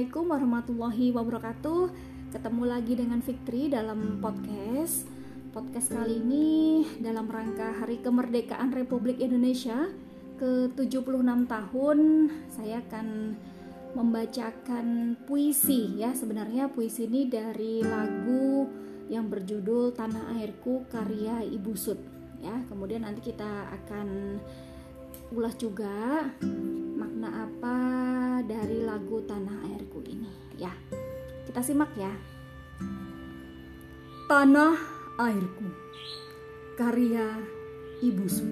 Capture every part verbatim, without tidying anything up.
Assalamualaikum warahmatullahi wabarakatuh. Ketemu lagi dengan Fikri dalam podcast Podcast kali ini dalam rangka Hari Kemerdekaan Republik Indonesia ke tujuh puluh enam tahun. Saya akan membacakan puisi ya. Sebenarnya puisi ini dari lagu yang berjudul Tanah Airku karya Ibu Sud ya. Kemudian nanti kita akan ulas juga makna apa dari lagu Tanah Airku ini ya. Kita simak ya. Tanah Airku karya Ibu Sud.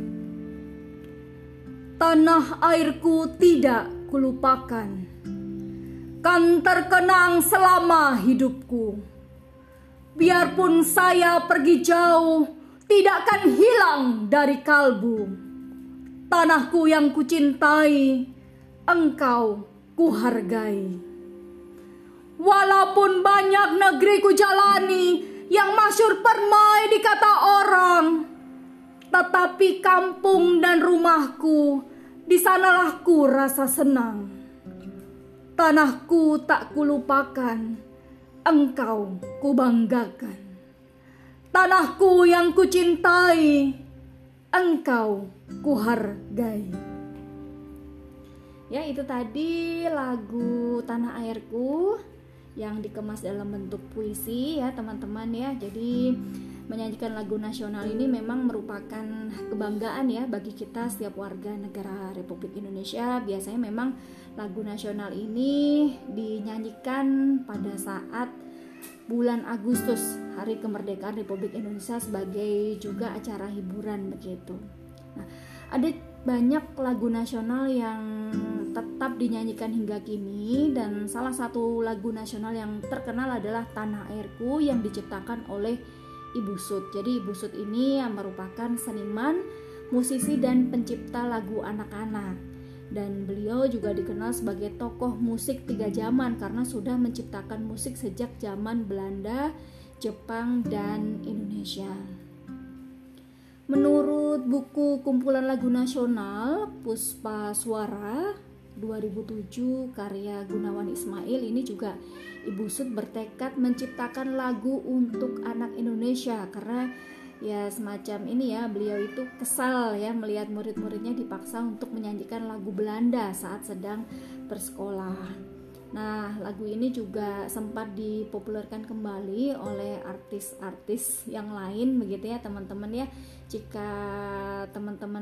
Tanah airku tidak kulupakan, kan terkenang selama hidupku. Biarpun saya pergi jauh, tidak akan hilang dari kalbu. Tanahku yang kucintai, engkau kuhargai. Walaupun banyak negeri ku jalani yang masyhur permai di kata orang, tetapi kampung dan rumahku, di sanalah ku rasa senang. Tanahku tak kulupakan, engkau kubanggakan. Tanahku yang kucintai, engkau kuhargai. Ya, itu tadi lagu Tanah Airku yang dikemas dalam bentuk puisi ya teman-teman ya. Jadi menyanyikan lagu nasional ini memang merupakan kebanggaan ya bagi kita setiap warga negara Republik Indonesia. Biasanya memang lagu nasional ini dinyanyikan pada saat bulan Agustus, Hari Kemerdekaan Republik Indonesia, sebagai juga acara hiburan begitu. Nah, ada banyak lagu nasional yang tetap dinyanyikan hingga kini, dan salah satu lagu nasional yang terkenal adalah Tanah Airku yang diciptakan oleh Ibu Sud. Jadi Ibu Sud ini yang merupakan seniman, musisi dan pencipta lagu anak-anak, dan beliau juga dikenal sebagai tokoh musik tiga zaman karena sudah menciptakan musik sejak zaman Belanda, Jepang, dan Indonesia. Menurut buku Kumpulan Lagu Nasional Puspa Suara dua ribu tujuh karya Gunawan Ismail, ini juga Ibu Sud bertekad menciptakan lagu untuk anak Indonesia karena ya semacam ini ya, beliau itu kesal ya melihat murid-muridnya dipaksa untuk menyanyikan lagu Belanda saat sedang bersekolah. Nah, lagu ini juga sempat dipopulerkan kembali oleh artis-artis yang lain begitu ya teman-teman ya. Jika teman-teman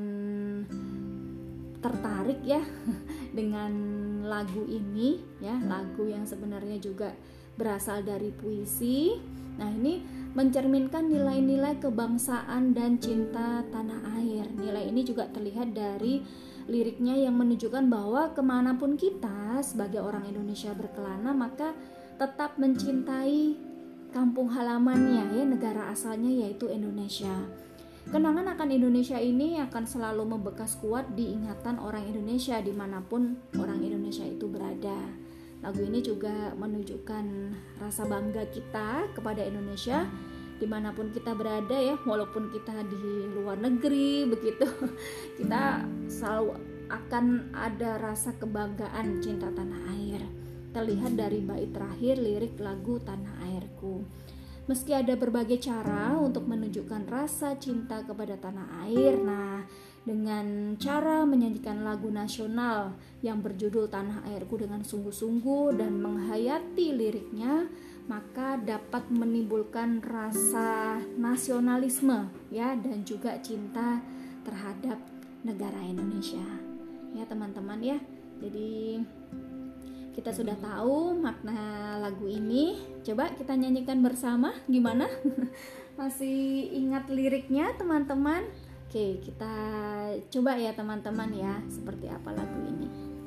tertarik ya dengan lagu ini ya, lagu yang sebenarnya juga berasal dari puisi. Nah, ini mencerminkan nilai-nilai kebangsaan dan cinta tanah air. Nilai ini juga terlihat dari liriknya yang menunjukkan bahwa kemanapun kita sebagai orang Indonesia berkelana, maka tetap mencintai kampung halamannya ya, negara asalnya yaitu Indonesia. Kenangan akan Indonesia ini akan selalu membekas kuat di ingatan orang Indonesia dimanapun orang Indonesia itu berada. Lagu ini juga menunjukkan rasa bangga kita kepada Indonesia dimanapun kita berada ya, walaupun kita di luar negeri begitu, kita selalu akan ada rasa kebanggaan cinta tanah air. Terlihat dari bait terakhir lirik lagu Tanah Airku. Meski ada berbagai cara untuk menunjukkan rasa cinta kepada tanah air, nah dengan cara menyanyikan lagu nasional yang berjudul Tanah Airku dengan sungguh-sungguh dan menghayati liriknya, maka dapat menimbulkan rasa nasionalisme ya, dan juga cinta terhadap negara Indonesia ya teman-teman ya. Jadi kita sudah tahu makna lagu ini. Coba kita nyanyikan bersama, gimana? Masih ingat liriknya teman-teman? Oke, kita coba ya teman-teman ya, seperti apa lagu ini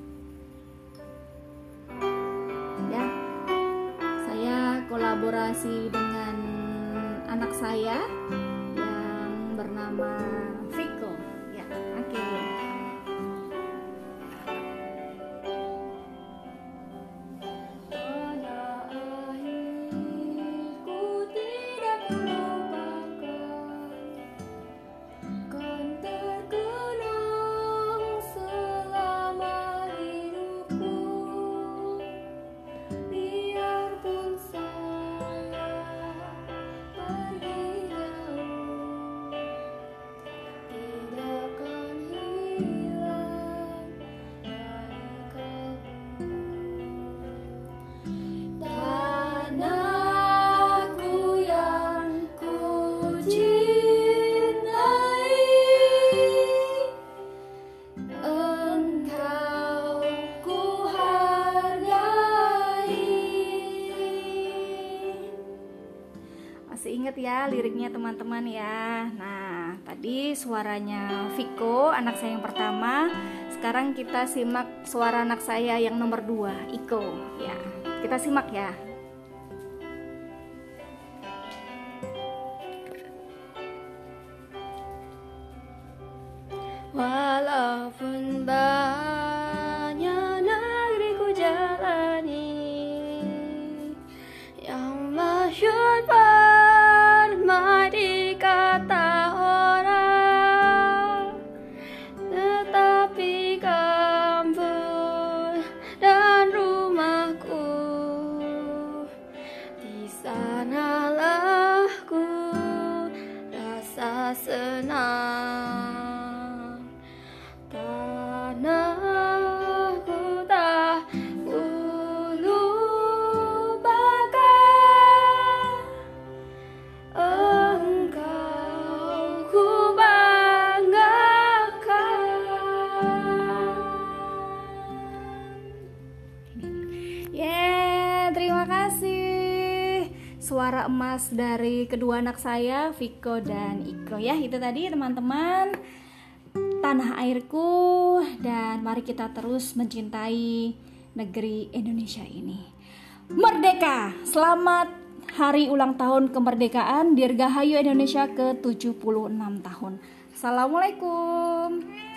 ya. Saya kolaborasi dengan anak saya yang bernama Viko ya. Oke. teman-teman ya. Nah, tadi suaranya Viko, anak saya yang pertama. Sekarang kita simak suara anak saya yang nomor dua, Iko. Ya, kita simak ya. Walaupun banyak negeri ku jalani, yang masyhur permai di kata orang, tetapi kampung dan rumahku, di sanalah ku rasa senang. Tanahku tak ku lupakan, engkau ku banggakan. Yeah, terima kasih. Suara emas dari kedua anak saya, Viko dan Iko ya. Itu tadi teman-teman, tanah airku, dan mari kita terus mencintai negeri Indonesia ini. Merdeka! Selamat hari ulang tahun kemerdekaan, Dirgahayu Indonesia ke tujuh puluh enam tahun. Assalamualaikum.